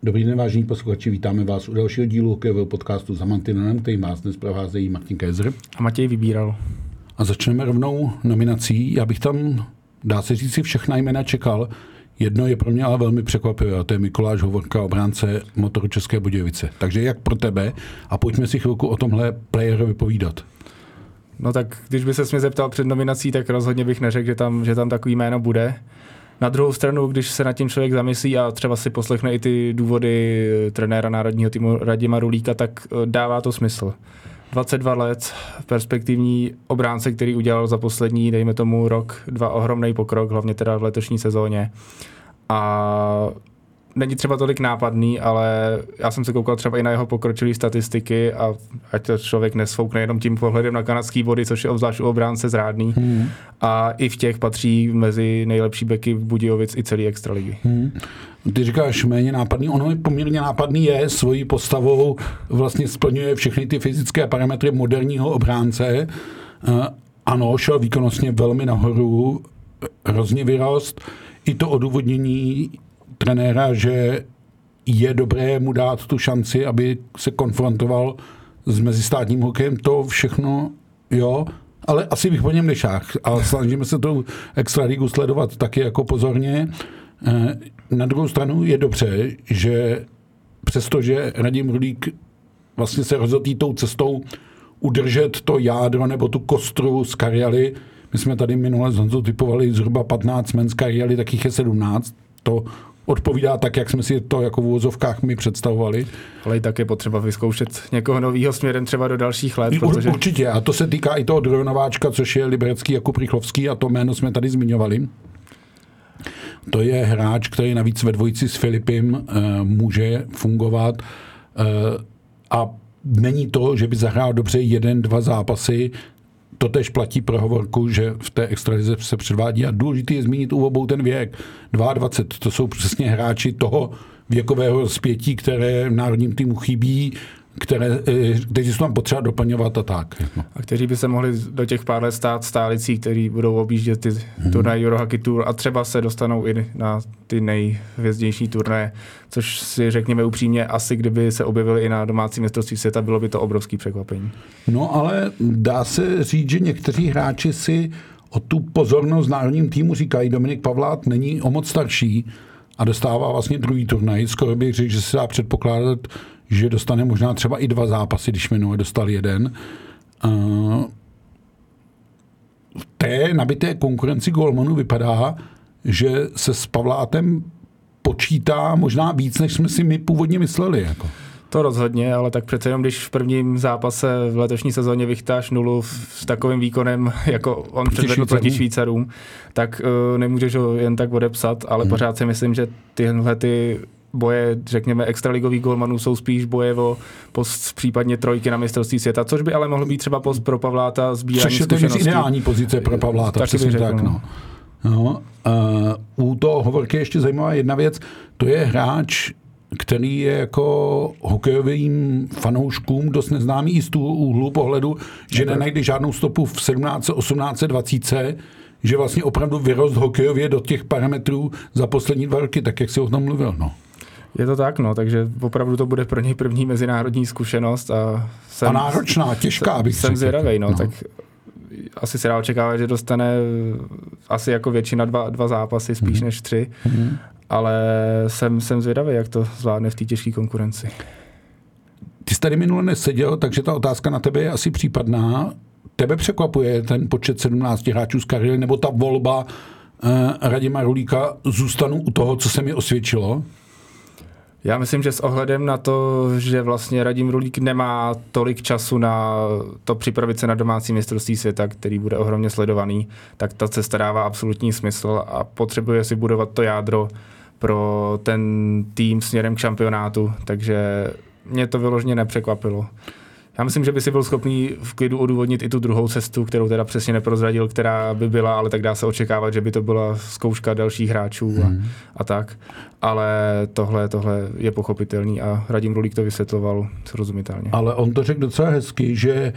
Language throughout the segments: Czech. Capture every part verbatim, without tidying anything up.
Dobrý den, vážení posluchači, vítáme vás u dalšího dílu hokejového podcastu Za mantinelem, který vás dnes provázejí Martin Kézer a Matěj Vybíral. A začneme rovnou nominací. Já bych tam, dá se říct, si všechna jména čekal. Jedno je pro mě ale velmi překvapivé, a to je Mikuláš Hovorka, obránce Motoru České Budějovice. Takže jak pro tebe? A pojďme si chvilku o tomhle playerovi povídat. No tak, když by se mě zeptal před nominací, tak rozhodně bych neřekl, že tam, že tam takový jméno bude. Na druhou stranu, když se nad tím člověk zamyslí a třeba si poslechne i ty důvody trenéra národního týmu Radima Rulíka, tak dává to smysl. dvacet dva let, perspektivní obránce, který udělal za poslední, dejme tomu rok, dva ohromný pokrok, hlavně teda v letošní sezóně. A není třeba tolik nápadný, ale já jsem se koukal třeba i na jeho pokročilé statistiky a ať to člověk nesfoukne jenom tím pohledem na kanadský vody, což je obzvlášť u obránce zrádný. Hmm. A i v těch patří mezi nejlepší beky v Budějovic i celý extraligy. Hmm. Ty říkáš méně nápadný, ono je poměrně nápadný je, svojí postavou vlastně splňuje všechny ty fyzické parametry moderního obránce. Ano, šel výkonnostně velmi nahoru, hrozně vyrost. I to odůvodnění trenéra, že je dobré mu dát tu šanci, aby se konfrontoval s mezistátním hokejem, to všechno, jo, ale asi bych po něm nešáhl. A snažíme se tu extraligu sledovat taky jako pozorně. Na druhou stranu je dobře, že přestože Radim Rulík vlastně se rozhodl tou cestou udržet to jádro nebo tu kostru z Karjaly. My jsme tady minule z Honzou typovali zhruba patnáct men z Karjaly, tak jich je sedmnáct. To odpovídá tak, jak jsme si to jako v úvozovkách my představovali. Ale i tak je potřeba vyzkoušet někoho novýho směrem třeba do dalších let. Protože... Určitě, a to se týká i toho druhého nováčka, což je liberecký Jakub Rychlovský, a to jméno jsme tady zmiňovali. To je hráč, který navíc ve dvojici s Filipem e, může fungovat e, a není to, že by zahrál dobře jeden, dva zápasy. To tež platí pro Hovorku, že v té extralize se předvádí a důležité je zmínit u obou ten věk. dvacet dva, to jsou přesně hráči toho věkového rozpětí, které v národním týmu chybí, které, kteří jsou tam potřeba doplňovat a tak. A kteří by se mohli do těch pár let stát stálicí, kteří budou objíždět ty hmm. turnaje Eurohockey Tour a třeba se dostanou i na ty nejhvězdější turnaje, což si řekněme upřímně, asi kdyby se objevili i na domácí mistrovství světa, bylo by to obrovský překvapení. No ale dá se říct, že někteří hráči si o tu pozornost v národním týmu říkají. Dominik Pavlát není o moc starší a dostává vlastně druhý turnaj. Skoro bych řekl, že se dá předpokládat, že dostane možná třeba i dva zápasy, když minule dostal jeden. V té nabité konkurenci golmanů vypadá, že se s Pavlátem počítá možná víc, než jsme si my původně mysleli. Jako. To rozhodně, ale tak přece jenom, když v prvním zápase v letošní sezóně vychytáš nulu s takovým výkonem, jako on předvedl proti Švýcarům, tak uh, nemůžeš ho jen tak odepsat, ale hmm. pořád si myslím, že tyhle ty boje, řekněme, extraligových golmanů jsou spíš boje o post případně trojky na mistrovství světa, což by ale mohl být třeba post pro Pavláta sbírání zkušeností. Což je ten ideální pozice pro Pavláta, přesně řekl, tak. No. No, uh, u toho Hovorky ještě zajímavá jedna věc, to je hráč, který je jako hokejovým fanouškům dost neznámý i z toho úhlu pohledu, že nenajde žádnou stopu v sedmnáct, osmnáct, dvacet, že vlastně opravdu vyrost hokejově do těch parametrů za poslední dva roky, tak jak si o tom mluvil, no. Je to tak, no, takže opravdu to bude pro něj první mezinárodní zkušenost a jsem... A náročná, těžká, bych Jsem zvědavej, no, no, tak asi se dá očekávat, že dostane asi jako většina dva, dva zápasy, spíš mm. než tři, mm. ale jsem, jsem zvědavý, jak to zvládne v té těžké konkurenci. Ty jsi tady minule neseděl, takže ta otázka na tebe je asi případná. Tebe překvapuje ten počet sedmnácti hráčů z Karjaly, nebo ta volba eh, Radima Rulíka, zůstanu u toho, co se mi osvědčilo? Já myslím, že s ohledem na to, že vlastně Radim Rulík nemá tolik času na to připravit se na domácí mistrovství světa, který bude ohromně sledovaný, tak ta cesta dává absolutní smysl a potřebuje si budovat to jádro pro ten tým směrem k šampionátu, takže mě to vyloženě nepřekvapilo. Já myslím, že by si byl schopný v klidu odůvodnit i tu druhou cestu, kterou teda přesně neprozradil, která by byla, ale tak dá se očekávat, že by to byla zkouška dalších hráčů a, hmm. a tak. Ale tohle, tohle je pochopitelný a Radim Rulík to vysvětloval srozumitelně. Ale on to řekl docela hezky, že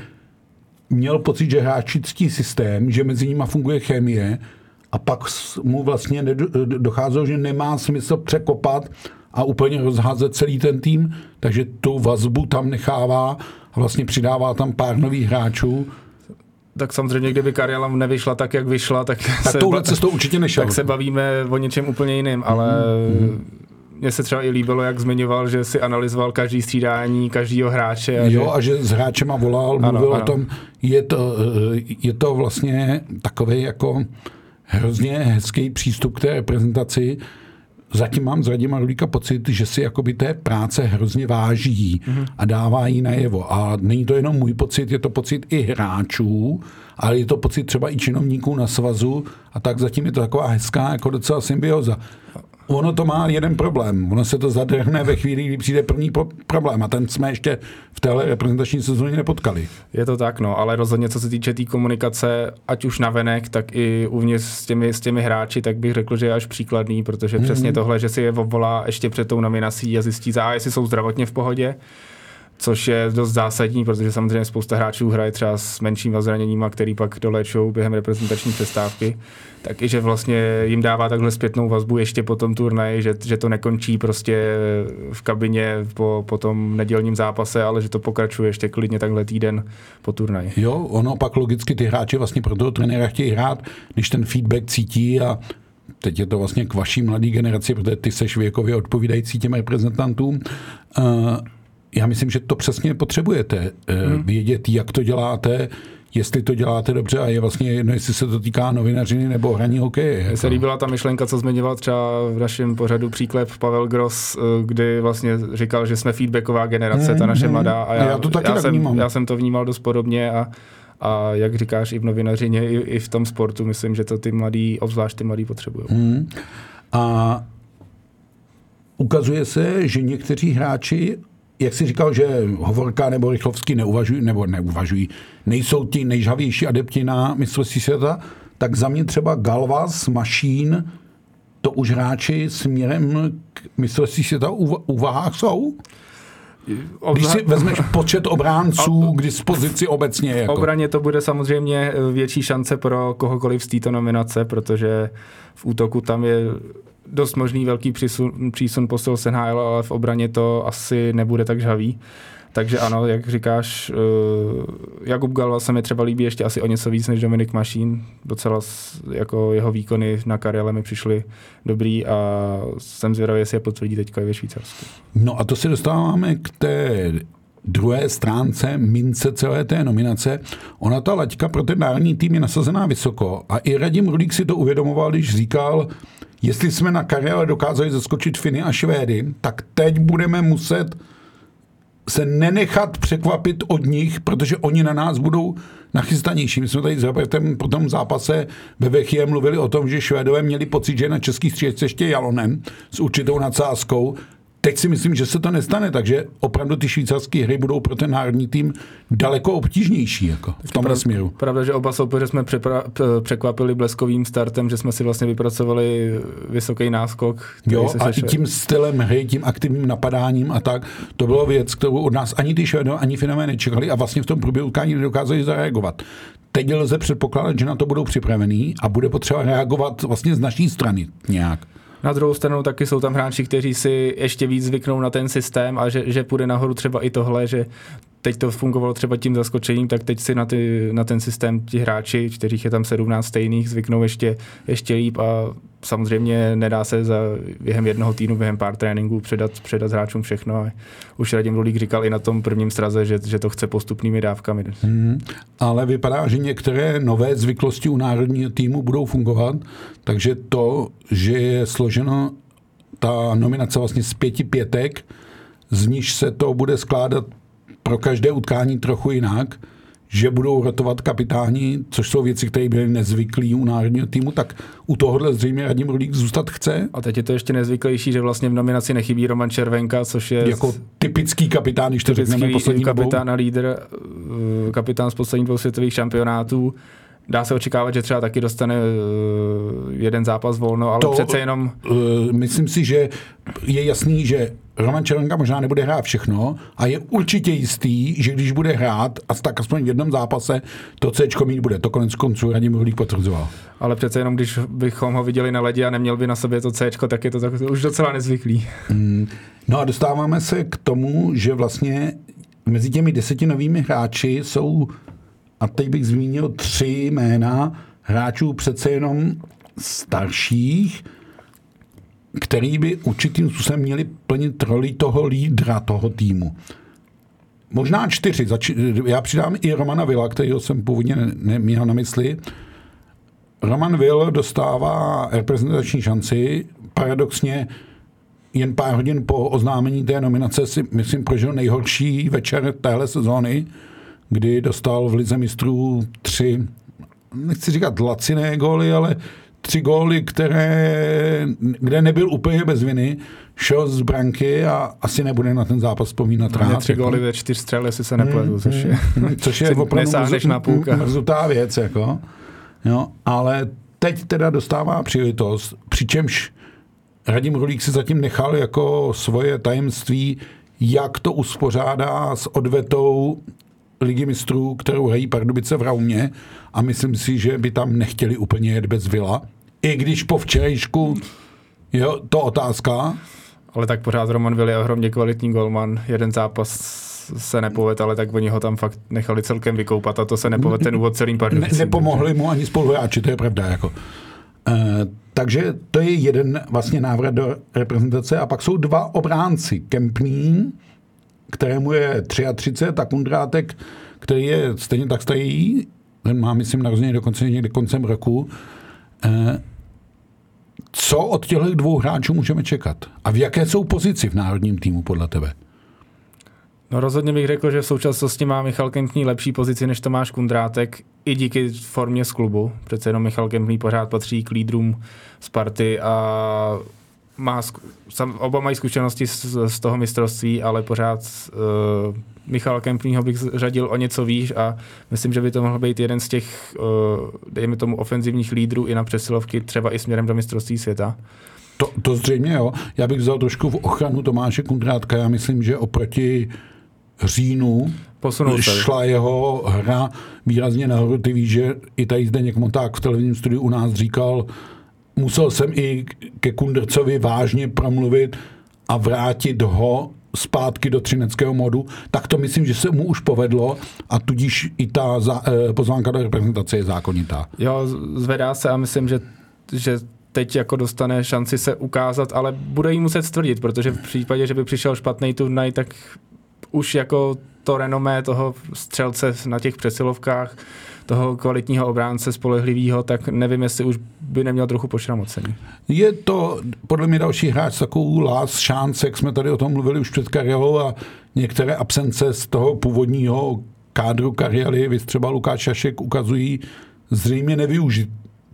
měl pocit, že hráči ctí systém, že mezi nimi funguje chemie a pak mu vlastně docházelo, že nemá smysl překopat a úplně rozházet celý ten tým, takže tu vazbu tam nechává a vlastně přidává tam pár nových hráčů. Tak samozřejmě, kdyby Karjala nevyšla tak, jak vyšla, tak, tak se, touhle cestou určitě nešel. Tak se bavíme o něčem úplně jiným, ale mm-hmm. mně se třeba i líbilo, jak zmiňoval, že si analyzoval každý střídání, každýho hráče. A jo, že... a že s hráčema volal, ano, mluvil ano. o tom, je to, je to vlastně takový jako hrozně hezký přístup k té reprezentaci. Zatím mám z Radima Rulíka pocit, že si jakoby té práce hrozně váží mm-hmm. a dává jí najevo. A není to jenom můj pocit, je to pocit i hráčů, ale je to pocit třeba i činovníků na svazu a tak zatím je to taková hezká jako docela symbioza. Ono to má jeden problém. Ono se to zadrhne ve chvíli, kdy přijde první po- problém a ten jsme ještě v téhle reprezentační sezóně nepotkali. Je to tak, no, ale rozhodně co se týče té tý komunikace, ať už navenek, tak i uvnitř s těmi, s těmi hráči, tak bych řekl, že je až příkladný, protože mm-hmm. přesně tohle, že si je obvolá ještě před tou nominací a zjistí za A, jestli jsou zdravotně v pohodě, což je dost zásadní, protože samozřejmě spousta hráčů hraje třeba s menšíma zraněníma, který pak doléčou během reprezentační přestávky, tak i že vlastně jim dává takhle zpětnou vazbu ještě po tom turnaji, že, že to nekončí prostě v kabině po, po tom nedělním zápase, ale že to pokračuje ještě klidně takhle týden po turnaji. Jo, ono pak logicky ty hráči vlastně pro toho trenéra chtějí hrát, když ten feedback cítí a teď je to vlastně k vaší mladé generaci, protože ty seš věkově odpovídající těm reprezentantům. Uh, Já myslím, že to přesně potřebujete. Hmm. Vědět, jak to děláte, jestli to děláte dobře a je vlastně jedno, jestli se to týká novinařiny nebo hraní hokeje. Mně se líbila ta myšlenka, co zmiňoval třeba v našem pořadu příklep Pavel Gross, kdy vlastně říkal, že jsme feedbacková generace, hmm, ta naše hmm. mladá. A já, já to taky já tak jsem, vnímám. Já jsem to vnímal dost podobně a, a jak říkáš, i v novinařině, i, i v tom sportu, myslím, že to ty mladí, obzvlášť ty mladí potřebují. Hmm. A ukazuje se, že někteří hráči, jak jsi říkal, že Hovorka nebo Rychlovský neuvažují, nebo neuvažují, nejsou ti nejžhavější adepti na mistrovství světa, tak za mě třeba Galvas, Mašín, to už hráči směrem k mistrovství světa u vahách jsou? Když si vezmeš počet obránců k dispozici obecně. Jako. Obraně to bude samozřejmě větší šance pro kohokoliv z této nominace, protože v útoku tam je dost možný velký přísun, přísun posil z N H L, ale v obraně to asi nebude tak žhavý. Takže ano, jak říkáš, uh, Jakub Galva se mi třeba líbí ještě asi o něco víc než Dominik Mašín. Docela jako jeho výkony na Karjale mi přišly dobrý a jsem zvědavý, jestli je potvrdí teďka i ve Švýcarsku. No a to se dostáváme k té druhé stránce mince celé té nominace. Ona ta laťka pro ten národní tým je nasazená vysoko a i Radim Rulík si to uvědomoval, když říkal, jestli jsme na Karjale dokázali zaskočit Finy a Švédy, tak teď budeme muset se nenechat překvapit od nich, protože oni na nás budou nachystanější. My jsme tady s Robertem po tom zápase ve Vechie mluvili o tom, že Švédové měli pocit, že na český střídačce ještě Jalonen s určitou nadsázkou. Teď si myslím, že se to nestane, takže opravdu ty švýcarské hry budou pro ten národní tým daleko obtížnější jako v tomhle prav, směru. Pravda, že oba soupeře jsme přepra- překvapili bleskovým startem, že jsme si vlastně vypracovali vysoký náskok. Jo, a i tím stylem hry, tím aktivním napadáním a tak, to bylo věc, kterou od nás ani ty Švédové, ani Finové nečekali a vlastně v tom průběhu utkání nedokázali zareagovat. Teď lze předpokládat, že na to budou připravení a bude potřeba reagovat vlastně z naší strany nějak. Na druhou stranu taky jsou tam hráči, kteří si ještě víc zvyknou na ten systém a že, že půjde nahoru třeba i tohle, že teď to fungovalo třeba tím zaskočením, tak teď si na, ty, na ten systém ti hráči, kterých je tam sedmnáct stejných, zvyknou ještě, ještě líp a samozřejmě nedá se za během jednoho týdnu, během pár tréninků předat, předat hráčům všechno. A už Radim Rulík říkal i na tom prvním straze, že, že to chce postupnými dávkami. Hmm, ale vypadá, že některé nové zvyklosti u národního týmu budou fungovat, takže to, že je složeno ta nominace vlastně z pěti pětek, z níž se to bude skládat pro každé utkání trochu jinak, že budou rotovat kapitáni, což jsou věci, které byly nezvyklí u národního týmu, tak u tohohle zřejmě Radim Rulík zůstat chce. A teď je to ještě nezvyklejší, že vlastně v nominaci nechybí Roman Červenka, což je jako typický kapitán, když to řekneme poslední kapitán a lídr, kapitán z posledních dvou světových šampionátů. dá se očekávat, že třeba taky dostane uh, jeden zápas volno, ale to, přece jenom... Uh, myslím si, že je jasný, že Roman Červenka možná nebude hrát všechno a je určitě jistý, že když bude hrát, a tak aspoň v jednom zápase, to Cčko mít bude. To konec konců Radim Rulík potvrzoval. Ale přece jenom, když bychom ho viděli na ledě a neměl by na sobě to Cčko, tak je to, tak, to už docela nezvyklý. Mm, no a dostáváme se k tomu, že vlastně mezi těmi deseti novými hráči jsou, a teď bych zmínil tři jména hráčů přece jenom starších, který by určitým způsobem měli plnit roli toho lídra toho týmu. Možná čtyři. Já přidám i Romana Villa, kterýho jsem původně neměl na mysli. Roman Will dostává reprezentační šanci. Paradoxně jen pár hodin po oznámení té nominace si, myslím, prožil nejhorší večer téhle sezóny, kdy dostal v Lize mistrů tři, nechci říkat laciné góly, ale tři góly, které, kde nebyl úplně bez viny, šel z branky a asi nebude na ten zápas vzpomínat rád. No, tři góly ve čtyř střel, jestli se nepletu, což je, což je opravdu mrzutá věc. Jako. Jo, ale teď teda dostává příležitost, přičemž Radim Rulík si zatím nechal jako svoje tajemství, jak to uspořádá s odvetou Ligy mistrů, kterou hrají Pardubice v Raumě, a myslím si, že by tam nechtěli úplně jet bez Villa. I když po včerejšku jo, to otázka. Ale tak pořád Roman Will je ohromně kvalitní golman. Jeden zápas se nepovedl, ale tak oni ho tam fakt nechali celkem vykoupat a to se nepovedl ten úvod celým Pardubicím. Ne, nepomohli mu ani spoluhráči, to je pravda. Jako. E, takže to je jeden vlastně návrat do reprezentace a pak jsou dva obránci. Kempný, kterému je třicet tři, a Kundrátek, který je stejně tak starý, ten má, myslím, narozený dokonce někde koncem roku. E, co od těchto dvou hráčů můžeme čekat? A v jaké jsou pozici v národním týmu podle tebe? No rozhodně bych řekl, že v současnosti má Michal Kempný lepší pozici než Tomáš Kundrátek, i díky formě z klubu. Přece jenom Michal Kempný pořád patří k lídrům Sparty a má, oba mají zkušenosti z, z toho mistrovství, ale pořád uh, Michal Kempnýho bych řadil o něco výš a myslím, že by to mohl být jeden z těch, uh, dejme tomu, ofenzivních lídrů i na přesilovky, třeba i směrem do mistrovství světa. To, to zřejmě jo. Já bych vzal trošku v ochranu Tomáše Kundrátka. Já myslím, že oproti říjnu šla jeho hra výrazně nahoru. Ty víš, že i tady Zdeněk Monták v televizním studiu u nás říkal, musel jsem i ke Kundrcovi vážně promluvit a vrátit ho zpátky do třineckého modu, tak to myslím, že se mu už povedlo a tudíž i ta za, eh, pozvánka do reprezentace je zákonitá. Jo, zvedá se a myslím, že, že teď jako dostane šanci se ukázat, ale bude jí muset stvrdit, protože v případě, že by přišel špatný turnaj, tak už jako to renomé toho střelce na těch přesilovkách, toho kvalitního obránce spolehlivého, tak nevím, jestli už by neměl trochu pošramocení. Je to podle mě další hráč s takovou last šance, jak jsme tady o tom mluvili už před Karelou a některé absence z toho původního kádru Karely, vys třeba Lukáš Šašek, ukazují zřejmě nevyužit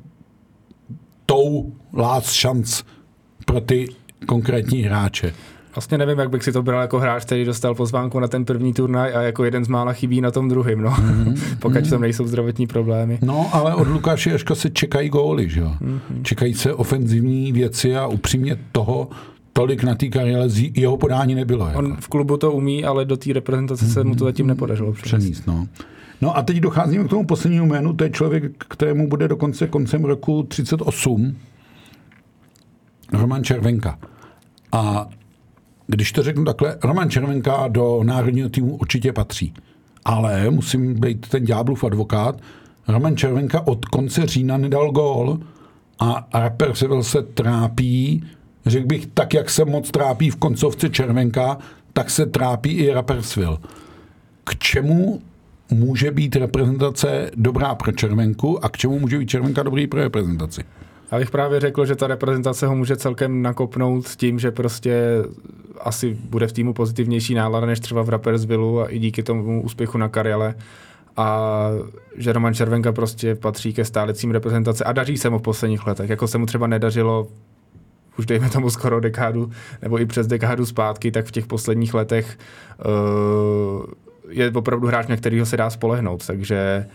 tou last šance pro ty konkrétní hráče. Vlastně nevím, jak bych si to bral jako hráč, který dostal pozvánku na ten první turnaj a jako jeden z mála chybí na tom druhým, no. Mm-hmm. Pokud tam nejsou zdravotní problémy. No, ale od Lukáše Jaška se čekají góly, že jo. Mm-hmm. Čekají se ofenzivní věci a upřímně toho tolik na té Karele jeho podání nebylo. Jako. On v klubu to umí, ale do té reprezentace mm-hmm. se mu to zatím nepodařilo přenést. No. no a teď docházíme k tomu poslednímu jménu, to je člověk, kterému bude dokonce koncem roku třicet osm. Roman Červenka. A když to řeknu takhle, Roman Červenka do národního týmu určitě patří. Ale musím být ten ďáblův advokát. Roman Červenka od konce října nedal gól a Rapperswil se trápí, řekl bych, tak, jak se moc trápí v koncovce Červenka, tak se trápí i Rapperswil. K čemu může být reprezentace dobrá pro Červenku a k čemu může být Červenka dobrý pro reprezentaci? Já bych právě řekl, že ta reprezentace ho může celkem nakopnout tím, že prostě asi bude v týmu pozitivnější nálada než třeba v Rapperswilu a i díky tomu úspěchu na Karjale. A že Roman Červenka prostě patří ke stálicím reprezentace a daří se mu v posledních letech. Jako se mu třeba nedařilo už dejme tomu skoro dekádu nebo i přes dekádu zpátky, tak v těch posledních letech uh, je opravdu hráč, na kterýho se dá spolehnout. Takže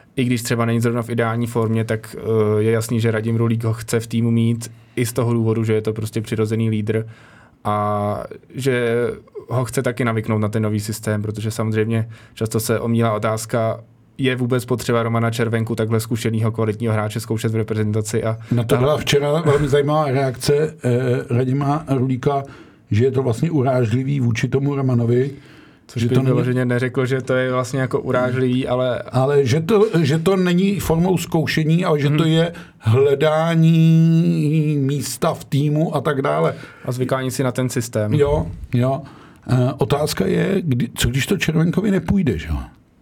i když třeba není zrovna v ideální formě, tak uh, je jasný, že Radim Rulík ho chce v týmu mít i z toho důvodu, že je to prostě přirozený lídr a že ho chce taky navyknout na ten nový systém, protože samozřejmě často se omílá otázka, je vůbec potřeba Romana Červenku, takhle zkušenýho kvalitního hráče, zkoušet v reprezentaci. A na to byla včera velmi zajímavá reakce eh, Radima Rulíka, že je to vlastně urážlivý vůči tomu Romanovi. Což bych vyloženě neřekl, že to je vlastně jako urážlivý, ale... Ale že to, že to není formou zkoušení, ale že hmm. to je hledání místa v týmu a tak dále. A zvykání si na ten systém. Jo, jo. E, otázka je, kdy, co když to Červenkovi nepůjde, že jo?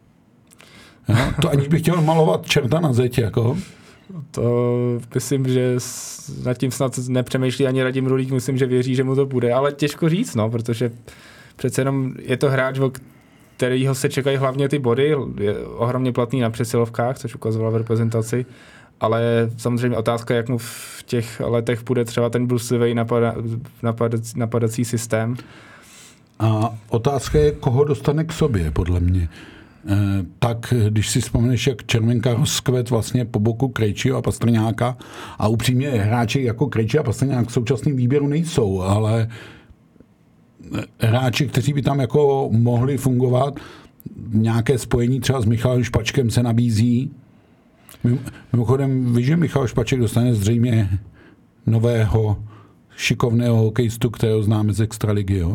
To aniž bych chtěl malovat čerta na zeď, jako... To myslím, že nad tím snad nepřemýšlí ani Radim Rulík, myslím, že věří, že mu to bude, ale těžko říct, no, protože přece jenom je to hráč, o kterýho se čekají hlavně ty body, je ohromně platný na přesilovkách, což ukazoval v reprezentaci, ale samozřejmě otázka, jak mu v těch letech půjde třeba ten bruslivý napada, napadací, napadací systém. A otázka je, koho dostane k sobě, podle mě. Eh, tak když si vzpomeneš, jak Červenka rozkvet vlastně po boku Krejčího a Pastrňáka a upřímně hráči jako Krejčí a Pastrňák v současném výběru nejsou, ale hráči, kteří by tam jako mohli fungovat, nějaké spojení třeba s Michalem Špačkem se nabízí. Mimochodem, víš, že Michal Špaček dostane zřejmě nového šikovného hokejistu, kterého známe z extraligy, jo?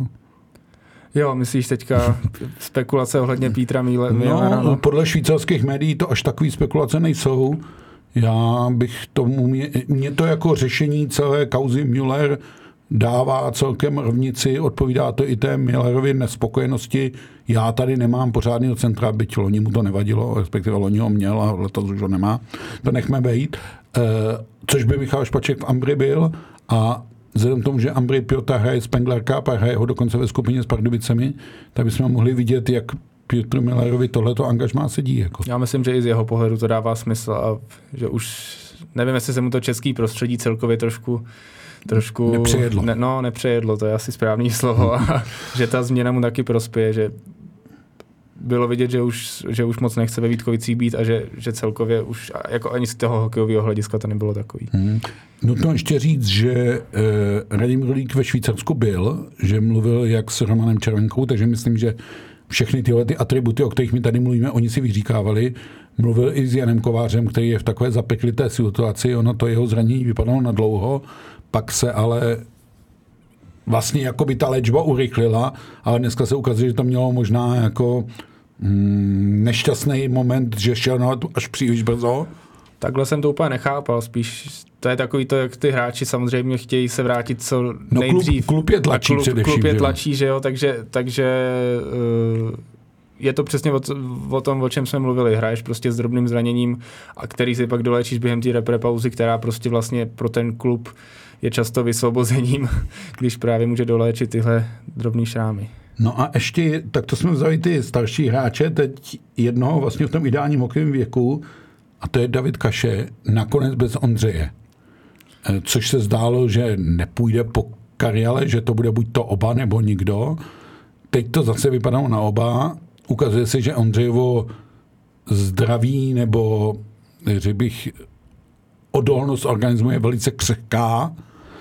Jo, myslíš teďka spekulace ohledně Pítra Míle? No, no, podle švýcarských médií to až takový spekulace nejsou. Já bych tomu, mě, mě to jako řešení celé kauzy Müller dává celkem rovnici, odpovídá to i té Millerově nespokojenosti. Já tady nemám pořádného centra, byť loni mu to nevadilo, respektive loni ho měl a letos už ho nemá. To nechme bejt. E, což by Michal Špaček v Ambry byl a vzhledem k tomu, že Ambry Piotra hraje Spengler Cup a hraje ho dokonce ve skupině s Pardubicemi, tak bychom mohli vidět, jak Piotru Millerovi tohleto angažmá sedí. Jako. Já myslím, že i z jeho pohledu to dává smysl a že už nevím, jestli se mu to český prostředí celkově trošku trošku nepřejedlo. Ne, no, nepřejedlo, to je asi správný slovo. A že ta změna mu taky prospěje, že bylo vidět, že už, že už moc nechce ve Vítkovicích být a že, že celkově už jako ani z toho hokejového hlediska to nebylo takový. Hmm. Nutno ještě říct, že eh, Radim Rulík ve Švýcarsku byl, že mluvil jak s Romanem Červenkou, takže myslím, že všechny tyhle ty atributy, o kterých my tady mluvíme, oni si vyříkávali. Mluvil i s Janem Kovářem, který je v takové zapeklité situaci, ono to jeho zranění vypadalo na dlouho, pak se ale vlastně jako by ta léčba urychlila, ale dneska se ukazuje, že to mělo možná jako mm, nešťastný moment, že šel na to až příliš brzo. Takhle jsem to úplně nechápal, spíš to je takový to, jak ty hráči samozřejmě chtějí se vrátit co no, nejdřív. Klub, klub je tlačí klub, především. Klub je že tlačí, že jo, takže, takže uh, je to přesně o, o tom, o čem jsme mluvili. Hraješ prostě s drobným zraněním, a který si pak doléčíš během té repre pauzy, která prostě vlastně pro ten klub je často vysvobozením, když právě může doléčit tyhle drobný šrámy. No a ještě, tak to jsme vzali ty starší hráče, teď jednoho vlastně v tom ideálním hokejovém věku, a to je David Kaše, nakonec bez Ondřeje. Což se zdálo, že nepůjde po Kariale, že to bude buď to oba, nebo nikdo. Teď to zase vypadalo na oba. Ukazuje se, že Ondřejovo zdraví nebo, řekl bych, odolnost organismu je velice křehká.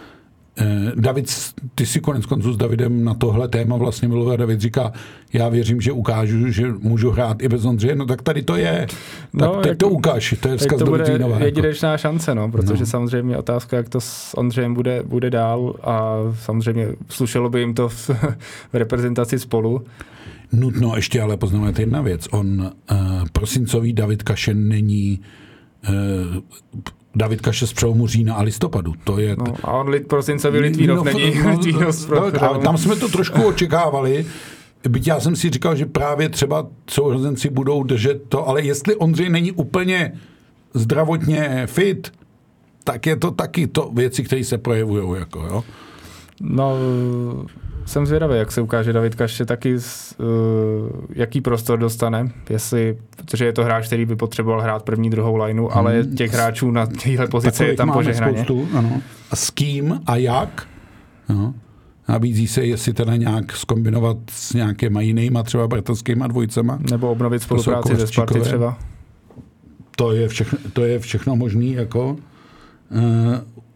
David, ty si konec konců s Davidem na tohle téma vlastně mluvil a David říká, já věřím, že ukážu, že můžu hrát i bez Ondřeje, no tak tady to je. Tak no, teď jak, to ukáž, to je vzkaz do Litvínova. To bude jedinečná šance, no, protože no. samozřejmě otázka, jak to s Ondřejem bude, bude dál a samozřejmě slušelo by jim to v, v reprezentaci spolu. Nutno ještě ale poznamenat jedna věc. On uh, prosincový David Kaše není uh, David Kaše z přelomu října a listopadu. To je no, a on lit, prosincový Litvínov no, není. No, Litvínov no, tam jsme to trošku očekávali. Byť já jsem si říkal, že právě třeba sourozenci budou držet to, ale jestli Ondřej není úplně zdravotně fit, tak je to taky to věci, které se projevují. Jako, jo? No, jsem zvědavý, jak se ukáže David Kaše, taky uh, jaký prostor dostane, jestli, protože je to hráč, který by potřeboval hrát první, druhou lineu, hmm. ale těch hráčů na téhle pozici je tam požehnaně. Spoustu, ano. A s kým a jak? No. Nabízí se, jestli teda nějak zkombinovat s nějakýma jinýma, třeba bratrskýma dvojcema. Nebo obnovit spolupráci ze Sparty třeba. To je všechno, to je všechno možný, jako. Uh,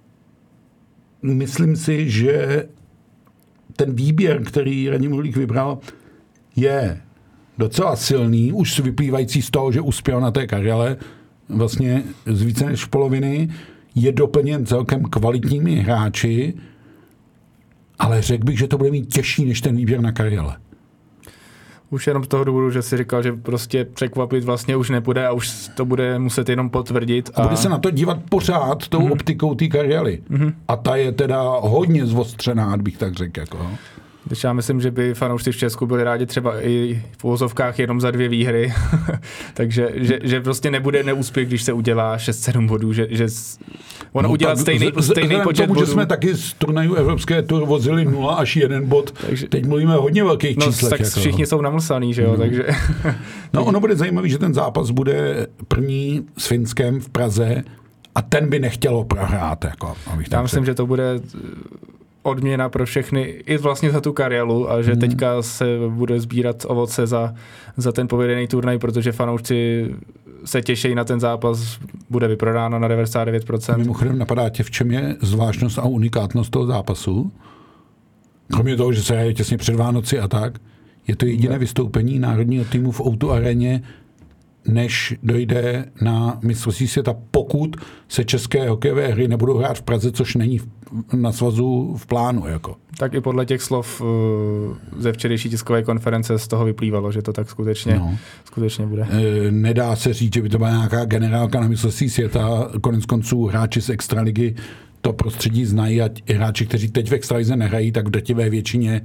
myslím si, že ten výběr, který Radim Rulík vybral, je docela silný, už vyplývající z toho, že uspěl na té kariéle vlastně z více než poloviny, je doplněn celkem kvalitními hráči, ale řekl bych, že to bude mít těžší než ten výběr na kariéle. Už jenom z toho důvodu, že si říkal, že prostě překvapit vlastně už nepůjde a už to bude muset jenom potvrdit. A, a bude se na to dívat pořád tou mm-hmm. optikou té kariéry. Mm-hmm. A ta je teda hodně zvostřená, bych tak řekl. Jako. Když já myslím, že by fanoušci v Česku byli rádi třeba i v uvozovkách jenom za dvě výhry. Takže že, že prostě nebude neúspěch, když se udělá šest sedm bodů, že, že on no, udělat stejný, z, stejný počet tomu, bodů. Že jsme taky z turnajů Evropské tur vozili nula až jeden bod. Takže, teď mluvíme o hodně velkých no, číslech. Tak jako. Všichni jsou namlsaný, že jo? No. Takže, no ono bude zajímavý, že ten zápas bude první s Finskem v Praze a ten by nechtělo prohrát. Jako, já myslím, že to bude odměna pro všechny, i vlastně za tu kariéru a že hmm. teďka se bude sbírat ovoce za, za ten povedený turnaj, protože fanoušci se těší na ten zápas, bude vyprodáno na devadesát devět procent. Mimochodem napadá tě, v čem je zvláštnost a unikátnost toho zápasu? Kromě toho, že se hraje těsně před Vánoci a tak, je to jediné vystoupení národního týmu v O dva aréně, než dojde na mistrovství světa, pokud se české hokejové hry nebudou hrát v Praze, což není na svazu v plánu. Jako. Tak i podle těch slov ze včerejší tiskové konference z toho vyplývalo, že to tak skutečně, no. skutečně bude. Nedá se říct, že by to byla nějaká generálka na mistrovství světa. Konec konců hráči z extraligy to prostředí znají a hráči, kteří teď v extralize nehrají, tak v drtivé většině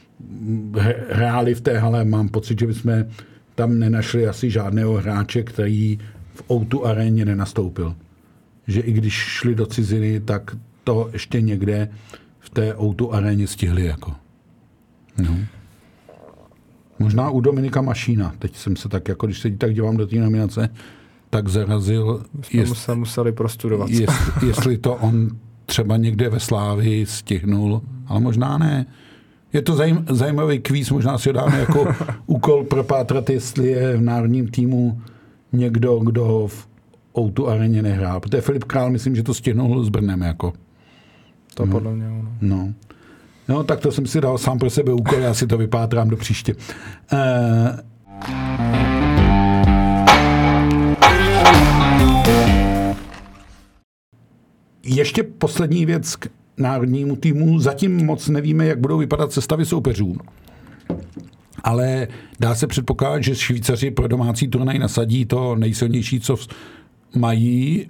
hráli v té hale. Mám pocit, že bychom tam nenašli asi žádného hráče, který v O dva aréně nenastoupil. Že i když šli do ciziny, tak to ještě někde v té O dva aréně stihli. Jako. No. Možná u Dominika Mašína. Teď jsem se tak, jako když se tak dívám do té nominace, tak zarazil. Jsme se museli prostudovat. Jest, jestli to on třeba někde ve Slávii stihnul, ale možná ne. Je to zajím, zajímavý kvíz, možná si ho dáme jako úkol propátrat, jestli je v národním týmu někdo, kdo v O dva aréně nehrál. Protože Filip Král, myslím, že to stihnul s Brnem. Jako. To no. podle mě ono. No. no, tak to jsem si dal sám pro sebe úkol, já si to vypátrám do příště. Uh, ještě poslední věc k národnímu týmu. Zatím moc nevíme, jak budou vypadat sestavy soupeřů. Ale dá se předpokládat, že Švýcaři pro domácí turnaj nasadí to nejsilnější, co mají.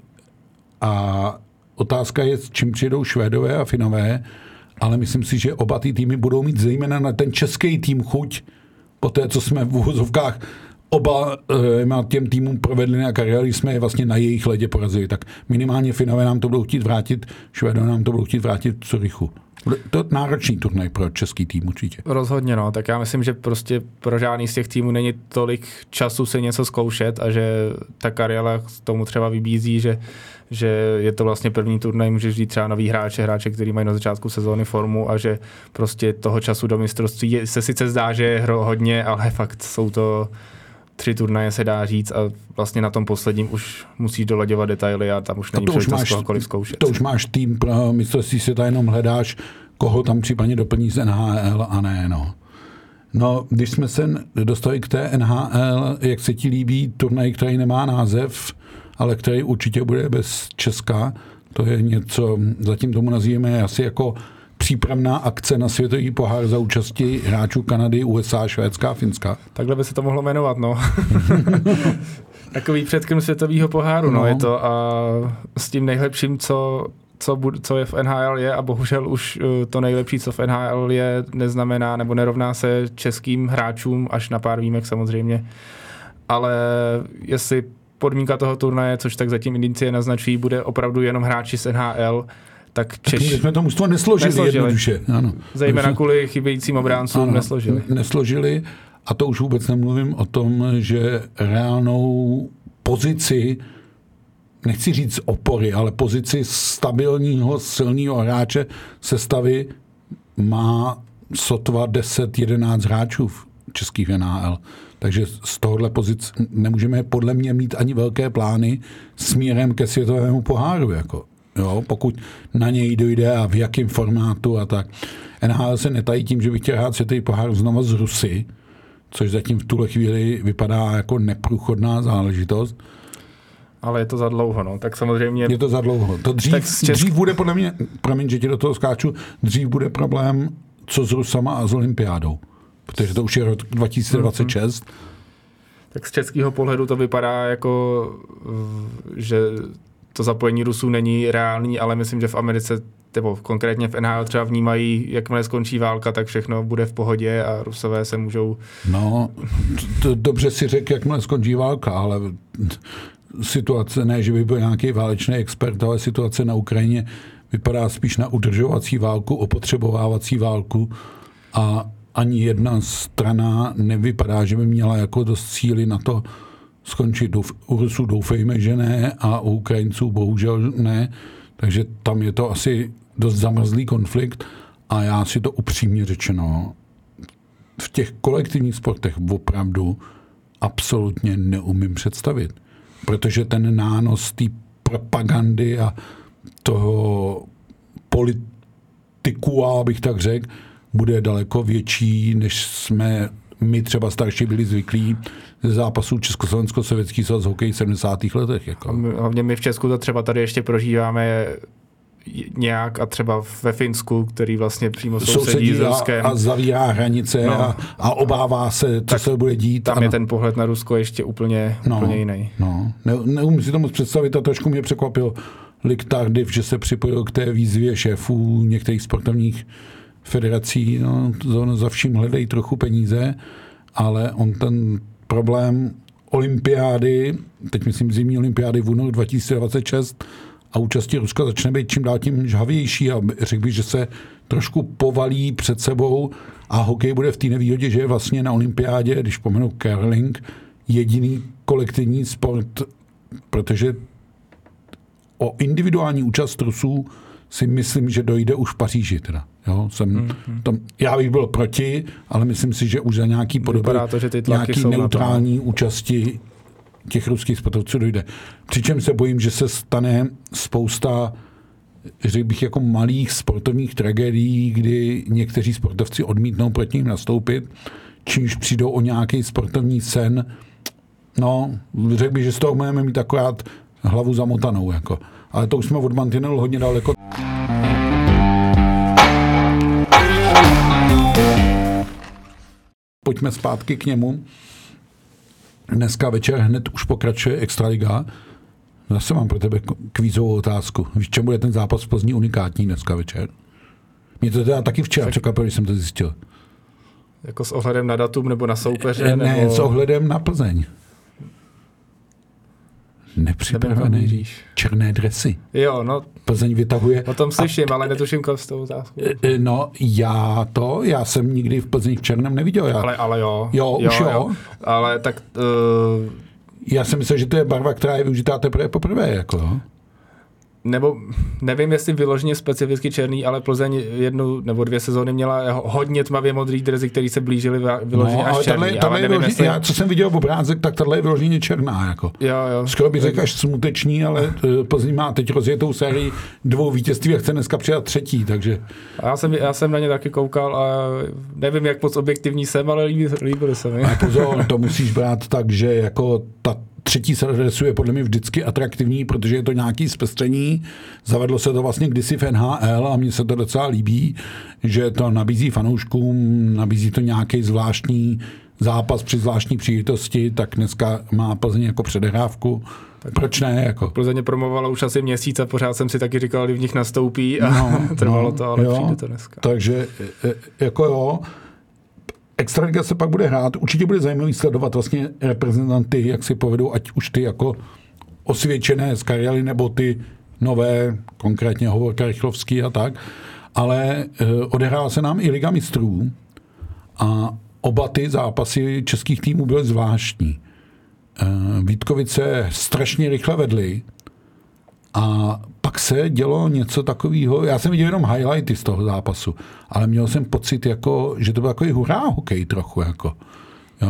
A otázka je, s čím přijedou Švédové a Finové. Ale myslím si, že oba ty týmy budou mít zejména na ten český tým chuť po té, co jsme v uvozovkách oba e, těm týmům provedli na kariéry, jsme je vlastně na jejich ledě porazili. Tak minimálně Finové nám to budou chtít vrátit, Švédové nám to budou chtít vrátit v Curychu. To je náročný turnaj pro český tým určitě. Rozhodně, no. Tak já myslím, že prostě pro žádný z těch týmů není tolik času se něco zkoušet a že ta kariéra tomu třeba vybízí, že, že je to vlastně první turnaj, můžeš říct třeba nový hráče, hráče, který mají na začátku sezóny formu a že prostě toho času do mistrovství je, se sice zdá, že je hodně, ale fakt jsou to tři turnaje, se dá říct, a vlastně na tom posledním už musíš dolaďovat detaily a tam už není příležitost kohokoliv zkoušet. To už máš tým pro mistrovství světa, jenom hledáš, koho tam případně doplní z N H L a ne, no. No, když jsme se dostali k té N H L, jak se ti líbí turnaj, který nemá název, ale který určitě bude bez Česka, to je něco, zatím tomu nazýváme asi jako přípravná akce na světový pohár za účasti hráčů Kanady, U S A, Švédska a Finska. Takhle by se to mohlo jmenovat, no. Takový předkrm světového poháru, no. no je to a s tím nejlepším, co, co, co je v N H L je, a bohužel už to nejlepší, co v N H L je, neznamená nebo nerovná se českým hráčům, až na pár výjimek samozřejmě. Ale jestli podmínka toho turnaje, což tak zatím indicie naznačují, bude opravdu jenom hráči z N H L, tak Češi... Tak jsme to mužstvo nesložili, nesložili. jednoduše. Ano. Zejména kvůli chybějícím obráncům ano, nesložili. Nesložili a to už vůbec nemluvím o tom, že reálnou pozici, nechci říct opory, ale pozici stabilního, silného hráče sestavy má sotva deset jedenáct hráčů v českých N H L. Takže z tohohle pozic nemůžeme podle mě mít ani velké plány směrem ke světovému poháru. Jako. Jo, pokud na něj dojde a v jakém formátu a tak. N H L se netají tím, že by chtěl hrát světový pohár znova z Rusy, což zatím v tuhle chvíli vypadá jako neprůchodná záležitost. Ale je to za dlouho, no. Tak samozřejmě... Je to za dlouho. To dřív, česk... dřív bude podle mě, promiň, že ti do toho skáču, dřív bude problém, co s Rusama a s olympiádou. Protože to už je rok dva tisíce dvacet šest. Mm-hmm. Tak z českého pohledu to vypadá jako, že to zapojení Rusů není reálný, ale myslím, že v Americe, nebo konkrétně v N H L třeba vnímají, jakmile skončí válka, tak všechno bude v pohodě a Rusové se můžou... No, to dobře si řekl, jakmile skončí válka, ale situace, ne, že by byl nějaký válečný expert, ale situace na Ukrajině vypadá spíš na udržovací válku, opotřebovávací válku a ani jedna strana nevypadá, že by měla jako dost síly na to skončit. U Rusů doufejme, že ne a u Ukrajinců bohužel ne. Takže tam je to asi dost zamrzlý konflikt a já si to upřímně řečeno v těch kolektivních sportech opravdu absolutně neumím představit. Protože ten nános té propagandy a toho politiku, abych tak řekl, bude daleko větší, než jsme my třeba starší byli zvyklí ze zápasů Československo-sovětský svaz hokej v sedmdesátých letech. Jako. Hlavně my v Česku to třeba tady ještě prožíváme nějak a třeba ve Finsku, který vlastně přímo sousedí s Ruskem. A zavírá hranice no, a, a obává se, co se bude dít. Tam ano. je ten pohled na Rusko ještě úplně, no, úplně jiný. No. Ne, neumím si to moc představit a trošku mě překvapil Lik Tardiv, že se připojil k té výzvě šéfů některých sportovních federací. No, za vším hledají trochu peníze, ale on ten problém olympiády, teď myslím zimní olympiády v únoru dva tisíce dvacet šest a účastí Ruska začne být čím dál tím žhavější a řekl bych, že se trošku povalí před sebou a hokej bude v té nevýhodě, že je vlastně na olympiádě, když pomenu curling, jediný kolektivní sport, protože o individuální účast Rusů si myslím, že dojde už v Paříži. Teda. Jo, jsem mm-hmm. tam, já bych byl proti, ale myslím si, že už za nějaký podoby to, že ty nějaký neutrální účasti těch ruských sportovců dojde. Přičem se bojím, že se stane spousta, řekl bych, jako malých sportovních tragédií, kdy někteří sportovci odmítnou proti ním nastoupit, čímž přijdou o nějaký sportovní sen. No, řekl bych, že z toho můžeme mít akorát hlavu zamotanou. Jako. Ale to už jsme od mantinelu hodně daleko. Pojďme zpátky k němu. Dneska večer hned už pokračuje Extraliga. Zase mám pro tebe kvízovou otázku. Víš, čemu bude ten zápas v Plzni unikátní dneska večer? Mě to teda taky včera překvapilo, když jsem to zjistil. Jako s ohledem na datum nebo na soupeře? Ne, nebo... s ohledem na Plzeň. Nepřipravené černé dresy. Jo, no. Plzeň vytahuje. O tom slyším, a... ale netuším, kam s tou otázkou. No, já to, já jsem nikdy v Plzni v černém neviděl. Já... Ale, ale jo. Jo, jo už jo. jo. Ale tak... Uh... Já jsem myslel, že to je barva, která je využitá teprve poprvé, jako. Nebo nevím, jestli vyloženě specificky černý, ale Plzeň jednu nebo dvě sezóny měla hodně tmavě modrý dresy, které se blížily vyloženě no, až černý. Tato, ale nevím, vyloženě, jestli... já, co jsem viděl v obrázek, tak tahle je vyloženě černá. Jako. Jo, jo. Skoro bych řekl až smuteční, ale Plzeň má teď rozjetou sérii dvou vítězství a chce dneska přidat třetí, takže... A já jsem, já jsem na ně taky koukal a nevím, jak moc objektivní jsem, ale líbily líbí se mi. A pozor, to musíš brát tak, že jako ta třetí dresu je podle mě vždycky atraktivní, protože je to nějaký zpestření. Zavedlo se to vlastně kdysi v N H L a mně se to docela líbí, že to nabízí fanouškům, nabízí to nějaký zvláštní zápas při zvláštní příležitosti, tak dneska má Plzeň jako předehrávku. Tak proč ne? Jako? Plzeň promovala už asi měsíc a pořád jsem si taky říkal, že v nich nastoupí a no, trvalo no, to, ale jo, přijde to dneska. Takže jako jo, Extraliga se pak bude hrát. Určitě bude zajímavý sledovat vlastně reprezentanty, jak si povedou, ať už ty jako osvědčené z Karjaly, nebo ty nové, konkrétně Hovorka Rychlovský a tak. Ale eh, odehrála se nám i Liga mistrů a oba ty zápasy českých týmů byly zvláštní. Eh, Vítkovice strašně rychle vedly a pak se dělo něco takového. Já jsem viděl jenom highlighty z toho zápasu, ale měl jsem pocit, jako, že to byl takový hurá hokej trochu. Jako. Jo.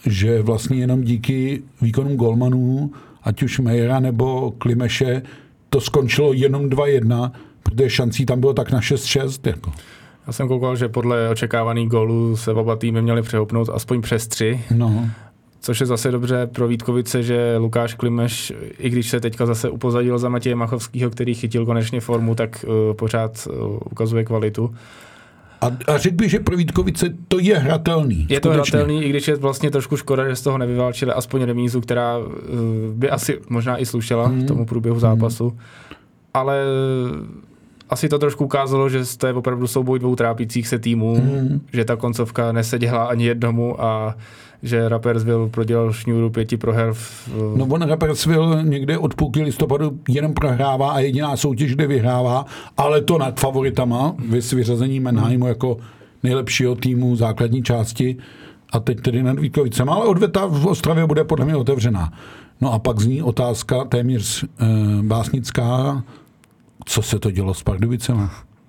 že vlastně jenom díky výkonům golmanů, ať už Mejera nebo Klimeše, to skončilo jenom dva jedna, protože šancí tam bylo tak na šest šest. Jako. Já jsem koukal, že podle očekávaných gólů se oba týmy měly přehoupnout aspoň přes tři. No. Což je zase dobře pro Vítkovice, že Lukáš Klimeš, i když se teďka zase upozadil za Matěje Machovskýho, který chytil konečně formu, tak uh, pořád uh, ukazuje kvalitu. A, a řekl bych, že pro Vítkovice to je hratelný. Je skutečně. to hratelný, i když je vlastně trošku škoda, že z toho nevyválčili aspoň remízu, která uh, by asi možná i slušela hmm. tomu průběhu zápasu. Hmm. Ale asi to trošku ukázalo, že to je opravdu souboj dvou trápících se týmů, hmm. že ta koncovka neseděla ani jednomu a že Rapperswil prodělal šňůru pěti proher. V... No on Rapperswil někde od půlky listopadu jenom prohrává a jediná soutěž, kde vyhrává, ale to nad favoritama, s vyřazením Mannheimu jako nejlepšího týmu základní části a teď tedy nad Vítkovicem. Ale odveta v Ostravě bude podle mě otevřená. No a pak zní otázka téměř e, básnická, co se to dělo s Pardubicema?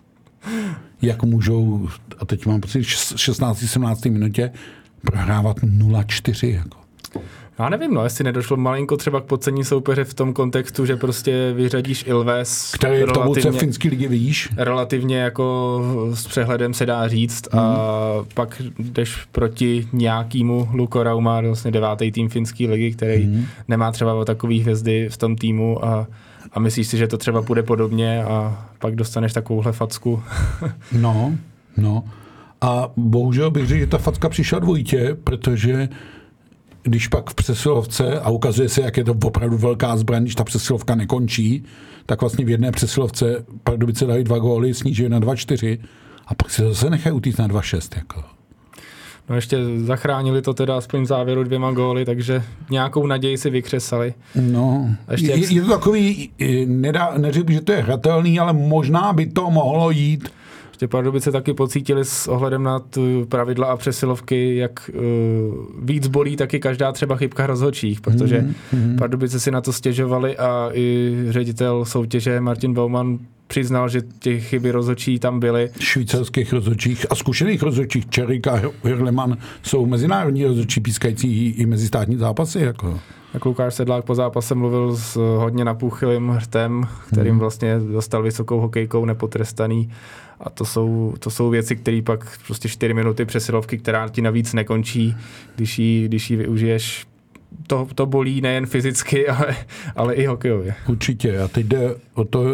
Jak můžou, a teď mám pocit, v šestnácté sedmnácté minutě prohrávat nula čtyři. Jako. Já nevím, no, jestli nedošlo malinko třeba k podcení soupeře v tom kontextu, že prostě vyřadíš Ilves. Který je v tabulce finské ligy, vidíš? Relativně jako s přehledem se dá říct hmm. a pak jdeš proti nějakému Lukko Rauma, vlastně devátý tým finské ligy, který hmm. nemá třeba takový hvězdy v tom týmu a, a myslíš si, že to třeba půjde podobně a pak dostaneš takovouhle facku. No, no. A bohužel bych řekl, že ta facka přišla dvojitě, protože když pak v přesilovce, a ukazuje se, jak je to opravdu velká zbraň, když ta přesilovka nekončí, tak vlastně v jedné přesilovce Pardubice dali dva góly, snížili na dva čtyři a pak se zase nechají utíct na dva šest. Jako. No ještě zachránili to teda aspoň v závěru dvěma góly, takže nějakou naději si vykřesali. No, ještě je, jak... je to takový, nedá, neřekl bych, že to je hratelný, ale možná by to mohlo jít. Ještě Pardubice taky pocítili s ohledem na pravidla a přesilovky, jak uh, víc bolí taky každá třeba chybka rozhodčích, protože mm, mm. Pardubice si na to stěžovali a i ředitel soutěže Martin Baumann přiznal, že ty chyby rozhodčí tam byly. Švýcarských rozhodčích a zkušených rozhodčích Čerik a Hirleman jsou mezinárodní rozhodčí pískající i mezistátní zápasy. Jako. Tak Lukáš Sedlák po zápase mluvil s hodně napuchylým hrtem, kterým vlastně dostal vysokou hokejkou nepotrestaný. A to jsou, to jsou věci, které pak prostě čtyři minuty přesilovky, která ti navíc nekončí, když ji, když ji využiješ. To, to bolí nejen fyzicky, ale, ale i hokejově. Určitě. A teď jde o to,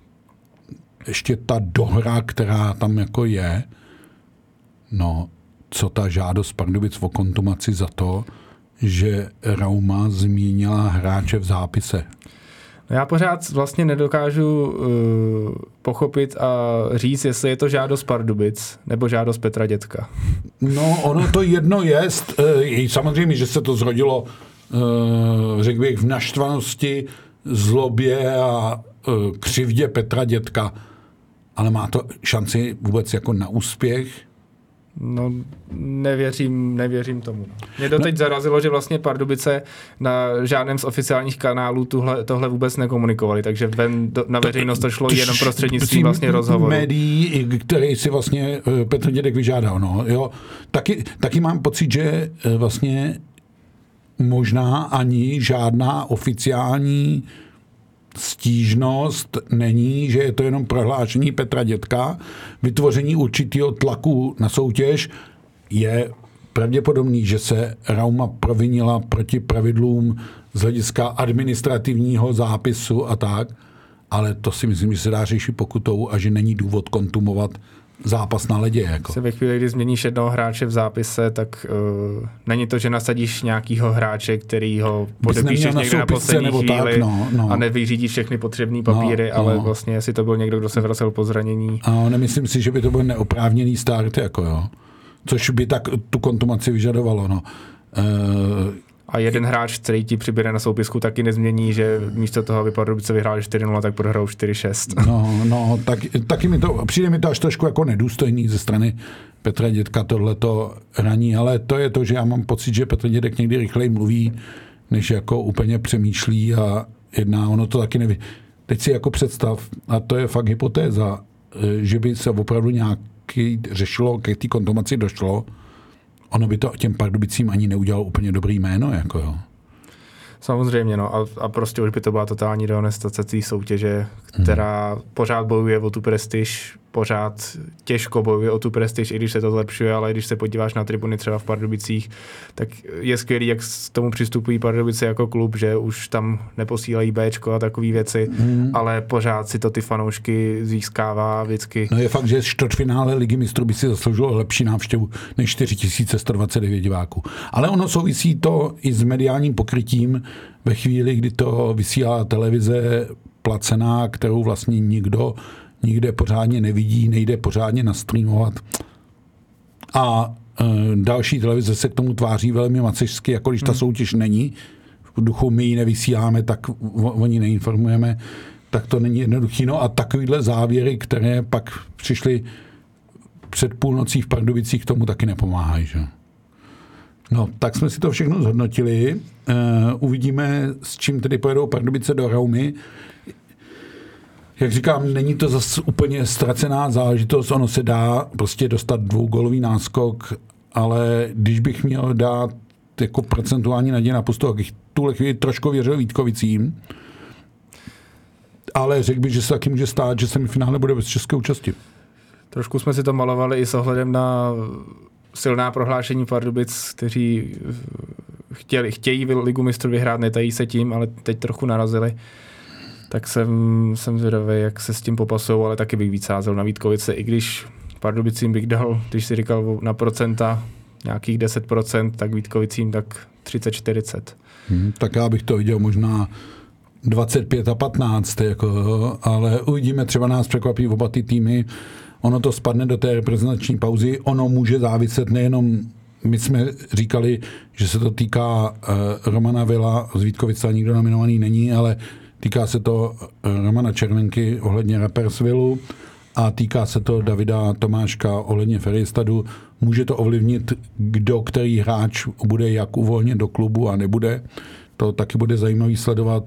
ještě ta dohra, která tam jako je, no, co ta žádost Pardubic o kontumaci za to, že Rauma zmínila hráče v zápise. No já pořád vlastně nedokážu uh, pochopit a říct, jestli je to žádost Pardubic nebo žádost Petra Dětka. No, ono to jedno jest. Uh, samozřejmě, že se to zrodilo, uh, řekl bych, v naštvanosti, zlobě a uh, křivdě Petra Dětka. Ale má to šanci vůbec jako na úspěch? No, nevěřím, nevěřím tomu. Mě to teď zarazilo, že vlastně Pardubice na žádném z oficiálních kanálů tuhle, tohle vůbec nekomunikovali, takže ven do, na veřejnost to šlo jenom prostřednictvím vlastně rozhovoru. Médií, který si vlastně Petr Dědek vyžádal. No, jo. Taky, taky mám pocit, že vlastně možná ani žádná oficiální stížnost není, že je to jenom prohlášení Petra Dětka. Vytvoření určitého tlaku na soutěž je pravděpodobný, že se Rauma provinila proti pravidlům z hlediska administrativního zápisu a tak, ale to si myslím, že se dá řešit pokutou a že není důvod kontumovat zápas na ledě. Jako. Se ve chvíli, kdy změníš jednoho hráče v zápise, tak uh, není to, že nasadíš nějakýho hráče, který ho podepíšeš někde na poslední chvíli tak, no, no. a nevyřídíš všechny potřebné papíry, no, ale no. vlastně jestli to byl někdo, kdo se vracel po zranění. A nemyslím si, že by to byl neoprávněný start, jako jo. Což by tak tu kontumaci vyžadovalo. No. Uh, A jeden hráč, který ti přiběre na soupisku, taky nezmění, že místo toho, aby Pardubice vyhráli čtyři nula, tak prohrajou čtyři šest. No, no, tak, taky mi to, přijde mi to až trošku jako nedůstojný ze strany Petra Dětka tohleto hraní, ale to je to, že já mám pocit, že Petr Dědek někdy rychleji mluví, než jako úplně přemýšlí a jedná, ono to taky neví. Teď si jako představ, a to je fakt hypotéza, že by se opravdu nějaký řešilo, k té kontumaci došlo, ono by to těm Pardubicím ani neudělalo úplně dobrý jméno, jako jo. Samozřejmě, no a, a prostě už by to byla totální dehonestace té soutěže, která hmm. pořád bojuje o tu prestiž, pořád těžko bojuje o tu prestiž, i když se to zlepšuje, ale když se podíváš na tribuny třeba v Pardubicích, tak je skvělý, jak k tomu přistupují Pardubice jako klub, že už tam neposílají béčko a takové věci, hmm. ale pořád si to ty fanoušky získává vždycky. No je fakt, že čtvrtfinále Ligy mistrů by si zasloužilo lepší návštěvu než čtyři tisíce sto dvacet devět diváků. Ale ono souvisí to i s mediálním pokrytím ve chvíli, kdy to vysílá televize placená, kterou vlastně nikdo nikde pořádně nevidí, nejde pořádně nastreamovat. A e, další televize se k tomu tváří velmi macešsky, jako když ta hmm. soutěž není. V duchu my ji nevysíláme, tak oni neinformujeme, tak to není jednoduchý. No a takovýhle závěry, které pak přišly před půlnocí v Pardubicích, k tomu taky nepomáhají. Že? No, tak jsme si to všechno zhodnotili. E, uvidíme, s čím tedy pojedou Pardubice do Raumy. Jak říkám, není to zase úplně ztracená záležitost, ono se dá prostě dostat dvougolový náskok, ale když bych měl dát jako procentuální naději na postup, tak bych tuhle chvíli trošku věřil Vítkovicím, ale řekl bych, že se taky může stát, že semifinále bude bez české účasti. Trošku jsme si to malovali i s ohledem na silná prohlášení Pardubic, kteří chtěli, chtějí Ligu mistrů vyhrát, netají se tím, ale teď trochu narazili. Tak jsem, jsem zvědavý, jak se s tím popasují, ale taky bych víc sázel na Vítkovice, i když Pardubicím bych dal, když si říkal na procenta, nějakých deset procent, tak Vítkovicím tak třicet čtyřicet. Hmm, tak já bych to viděl možná dvacet pět a patnáct, jako, ale uvidíme, třeba nás překvapí oba ty týmy, ono to spadne do té reprezentační pauzy, ono může záviset nejenom, my jsme říkali, že se to týká uh, Romana Vila, z Vítkovice nikdo nominovaný není, ale týká se to Romana Červenky ohledně Rapperswilu a týká se to Davida Tomáška ohledně Ferjestadu. Může to ovlivnit, kdo, který hráč bude jak uvolněn do klubu a nebude. To taky bude zajímavý sledovat.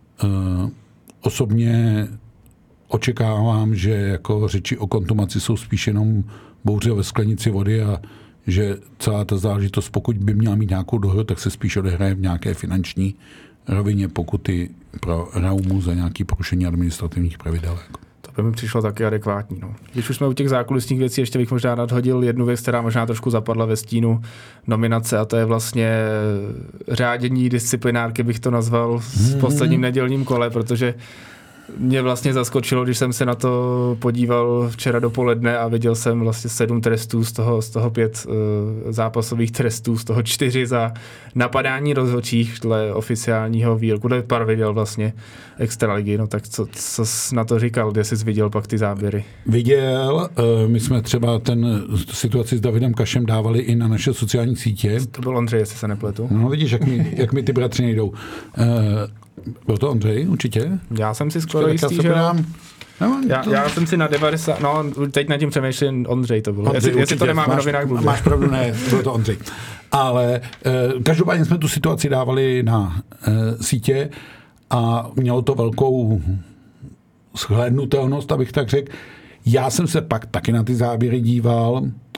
Osobně očekávám, že jako řeči o kontumaci jsou spíš jenom bouře ve sklenici vody a že celá ta záležitost, pokud by měla mít nějakou dohru, tak se spíš odehraje v nějaké finanční rovině pokuty pro Raumu za nějaké porušení administrativních pravidel. To by mi přišlo taky adekvátní. No. Když už jsme u těch zákulisních věcí, ještě bych možná nadhodil jednu věc, která možná trošku zapadla ve stínu nominace, a to je vlastně řádění disciplinárky, bych to nazval, v posledním nedělním kole, protože mě vlastně zaskočilo, když jsem se na to podíval včera dopoledne a viděl jsem vlastně sedm trestů, z toho, z toho pět uh, zápasových trestů, z toho čtyři za napadání rozhodčích dle oficiálního výroku, dle pravidel vlastně extraligy. No tak co, co jsi na to říkal, kde jsi viděl pak ty záběry? Viděl, uh, my jsme třeba ten situaci s Davidem Kašem dávali i na naše sociální sítě. To byl Ondřej, jestli se nepletu. No vidíš, jak mi, jak mi ty bratři nejdou. Uh, Byl to Ondřej, určitě? Já jsem si skoro jistý, že no, já, já jsem si na devadesát, no teď nad tím přemýšlím, Ondřej to bylo. Ondřej, jestli, jestli to nemám v novinách blbě. Máš pravdu, ne, byl to Ondřej. Ale eh, každopádně jsme tu situaci dávali na eh, sítě a mělo to velkou shlédnutelnost, abych tak řekl. Já jsem se pak taky na ty záběry díval.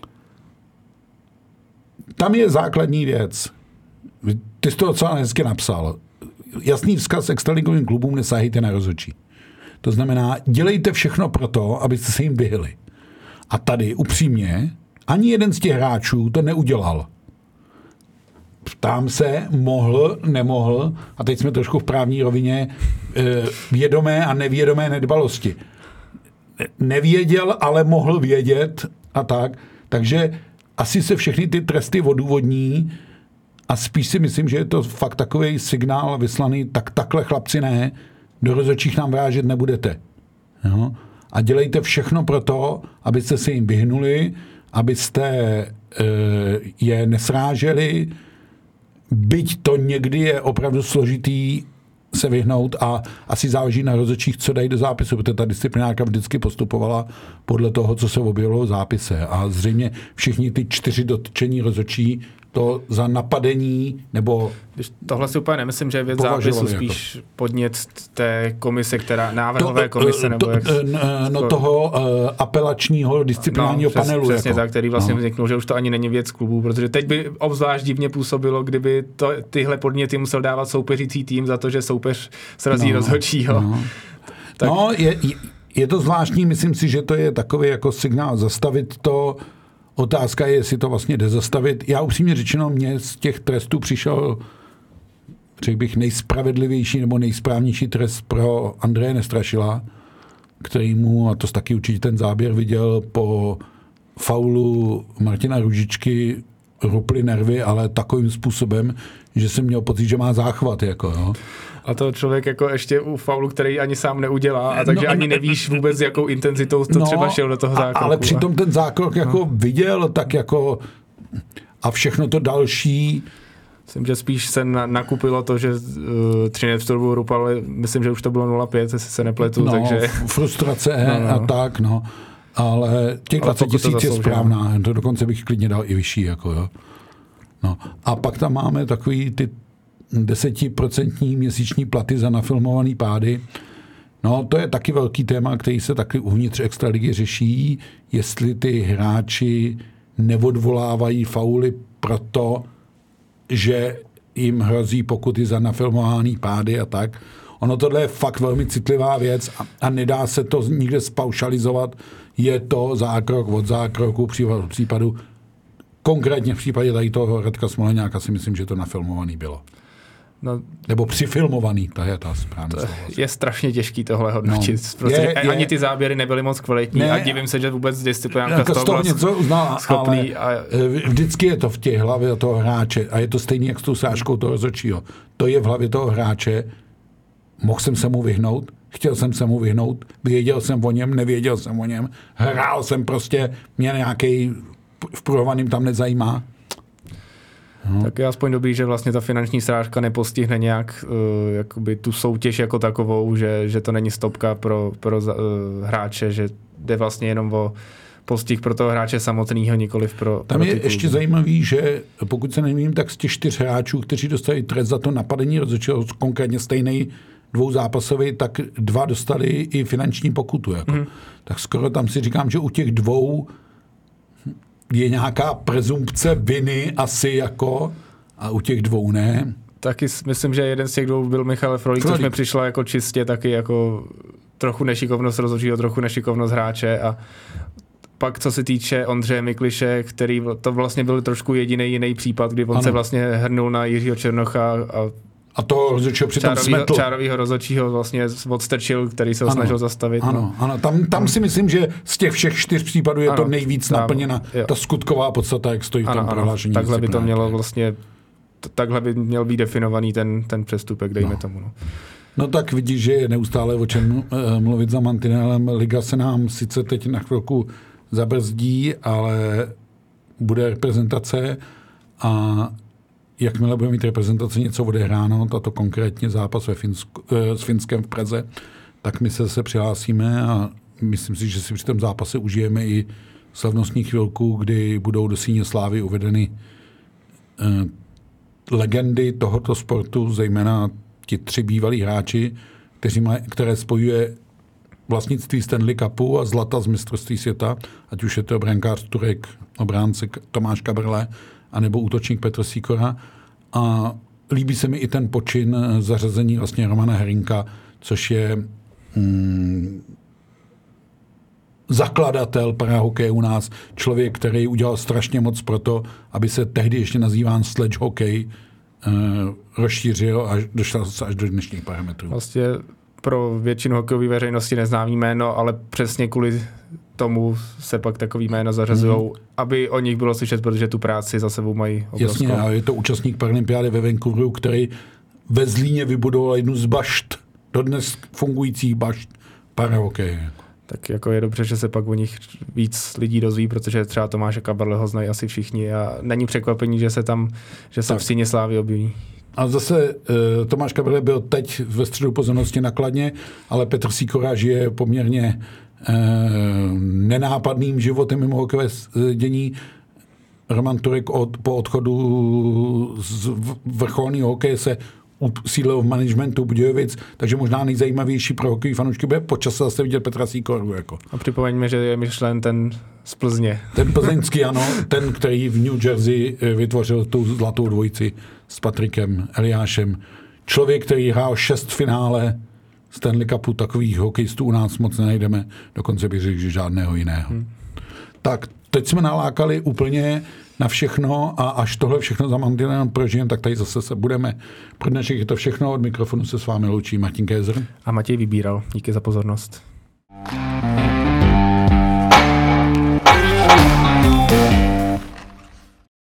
Tam je základní věc. Ty jsi to docela hezky napsal. Jasný vzkaz extraligovým klubům, nesahejte na rozhodčí. To znamená, dělejte všechno pro to, abyste se jim vyhli. A tady upřímně, ani jeden z těch hráčů to neudělal. Ptám se, mohl, nemohl, a teď jsme trošku v právní rovině, vědomé a nevědomé nedbalosti. Nevěděl, ale mohl vědět a tak. Takže asi se všechny ty tresty odůvodní. A spíš si myslím, že je to fakt takový signál vyslaný, tak takhle chlapci ne, do rozhodčích nám vrážet nebudete. Jo? A dělejte všechno pro to, abyste se jim vyhnuli, abyste e, je nesráželi, byť to někdy je opravdu složitý se vyhnout a asi záleží na rozhodčích, co dají do zápisu, protože ta disciplinárka vždycky postupovala podle toho, co se objevilo v zápise. A zřejmě všichni ty čtyři dotčení rozhodčí to za napadení, nebo... Když tohle si úplně nemyslím, že je věc zápisu, spíš jako podnět té komise, která návrhové to, komise, nebo to, jak... No toho uh, apelačního disciplinárního no, přes, panelu. Přesně jako. tak, který vlastně no. vzniknul, že už to ani není věc klubu, protože teď by obzvlášť divně působilo, kdyby to, tyhle podněty musel dávat soupeřící tým za to, že soupeř srazí no, rozhodčího. No, tak... no je, je to zvláštní, myslím si, že to je takový jako signál zastavit to. Otázka je, jestli to vlastně jde zastavit. Já upřímně řečeno, mě z těch trestů přišel, řekl bych, nejspravedlivější nebo nejsprávnější trest pro Andreje Nestrašila, kterýmu, a to taky určitě ten záběr viděl, po faulu Martina Růžičky ruply nervy, ale takovým způsobem, že jsem měl pocit, že má záchvat. Jako, jo. A to člověk jako ještě u faulu, který ani sám neudělá, a takže no, ani nevíš vůbec, jakou intenzitou to no, třeba šel do toho zákroku. Ale přitom ten zákrok jako no. viděl, tak jako a všechno to další. Myslím, že spíš se na, nakupilo to, že uh, Třinec v Turbu rupal, myslím, že už to bylo nula pět, jestli se nepletu. No, takže... frustrace no, no. a tak, no. Ale těch dvacet tisíc je správná, to dokonce bych klidně dal i vyšší, jako jo. No. A pak tam máme takový ty desetiprocentní měsíční platy za nafilmovaný pády. No, to je taky velký téma, který se taky uvnitř extraligy řeší, jestli ty hráči neodvolávají fauly proto, že jim hrozí pokuty za nafilmovaný pády a tak. Ono tohle je fakt velmi citlivá věc a, a nedá se to nikde spaušalizovat. Je to zákrok od zákroku případu, případu. Konkrétně v případě tady toho Radka Smoleňáka si myslím, že to nafilmovaný bylo. No, nebo přifilmovaný, to je ta správná. To je strašně těžký tohle hodnotit, no, protože je, ani je, ty záběry nebyly moc kvalitní ne, a divím se, že vůbec disciplinárka z toho něco uznala, schopný. Ale a... vždycky je to v těch hlavě toho hráče a je to stejný jak s tou srážkou toho rozhodčího. To je v hlavě toho hráče, mohl jsem se mu vyhnout, chtěl jsem se mu vyhnout, věděl jsem o něm, nevěděl jsem o něm, hrál jsem prostě, mě nějaký vprůhovaným tam nezajímá. No. Tak je aspoň dobrý, že vlastně ta finanční srážka nepostihne nějak uh, jakoby tu soutěž jako takovou, že, že to není stopka pro, pro uh, hráče, že jde vlastně jenom o postih pro toho hráče samotného, nikoliv pro... Tam pro je ještě zajímavý, že pokud se nevím, tak z těch čtyř hráčů, kteří dostali trest za to napadení rozhodčího, konkrétně stejný dvouzápasový, tak dva dostali i finanční pokutu. Jako. Mm. Tak skoro tam si říkám, že u těch dvou je nějaká prezumpce viny asi jako a u těch dvou ne. Taky myslím, že jeden z těch dvou byl Michal Frolík, což mi přišlo jako čistě taky jako trochu nešikovnost rozhodčího, trochu nešikovnost hráče a pak co se týče Ondřeje Mikliše, který to vlastně byl trošku jediný jiný případ, kdy on ano. se vlastně hrnul na Jiřího Černocha a A to rozhodčího přitom smetl. Čárovýho rozhodčího vlastně odstrčil, který se ho ano, snažil zastavit. Ano, no. ano. Tam, tam si myslím, že z těch všech čtyř případů je ano, to nejvíc tam, naplněna jo. ta skutková podstata, jak stojí v tom prohlášení. Takhle by to mělo vlastně, takhle by měl být definovaný ten, ten přestupek, dejme no. tomu. No. no tak vidíš, že je neustále o čem uh, mluvit za mantinelem. Liga se nám sice teď na chvilku zabrzdí, ale bude reprezentace a jakmile bude mít reprezentace něco odehráno, tato konkrétně zápas ve Finsku, s Finskem v Praze, tak my se zase přihlásíme a myslím si, že si při tom zápase užijeme i slavnostní chvilku, kdy budou do síně slávy uvedeny eh, legendy tohoto sportu, zejména ti tři bývalí hráči, kteří maj, které spojuje vlastnictví Stanley Cupu a zlata z mistrovství světa, ať už je to brankář Turek, obránce Tomáš Kabrle, anebo útočník Petr Sýkora. A líbí se mi i ten počin zařazení vlastně Romana Herinka, což je mm, zakladatel parahokeje u nás, člověk, který udělal strašně moc pro to, aby se tehdy ještě nazýván sledge hokej uh, rozšířil a došel se až do dnešních parametrů. Vlastně pro většinu hokejové veřejnosti neznámý jméno, ale přesně kvůli tomu se pak takový jména zařazují, mm. aby o nich bylo slyšet, protože tu práci za sebou mají obrovskou. Jasně, a je to účastník Paralympiády ve Vancouveru, který ve Zlíně vybudoval jednu z bašt, dodnes fungujících bašt parahokeje. Tak jako je dobře, že se pak o nich víc lidí dozví, protože třeba Tomáše Kabrleho znají asi všichni a není překvapení, že se tam, že se tak v síně slávy objeví. A zase e, Tomáš Kabrle byl teď ve středu pozornosti na Kladně, ale Petr Sýkora žije poměrně e, nenápadným životem mimo hokejové dění. Roman Turek od, po odchodu z vrcholného hokeje se usídlil v managementu Budějovic, takže možná nejzajímavější pro hokejový fanoušky bude po čase zase vidět Petra Sýkoru. Jako. A připomeňme, že je myšlen ten z Plzně. Ten plzeňský, ano, ten, který v New Jersey vytvořil tu zlatou dvojici s Patrikem Eliášem. Člověk, který hrál šest finále Stanley Cupu, takových hokejistů u nás moc nenajdeme, dokonce bych řekl, že žádného jiného. Hmm. Tak, teď jsme nalákali úplně na všechno a až tohle všechno za mantinelem prožijem, tak tady zase se budeme. Pro dnešek je to všechno, od mikrofonu se s vámi loučí Martin Kézer. A Matěj Vybíral. Díky za pozornost.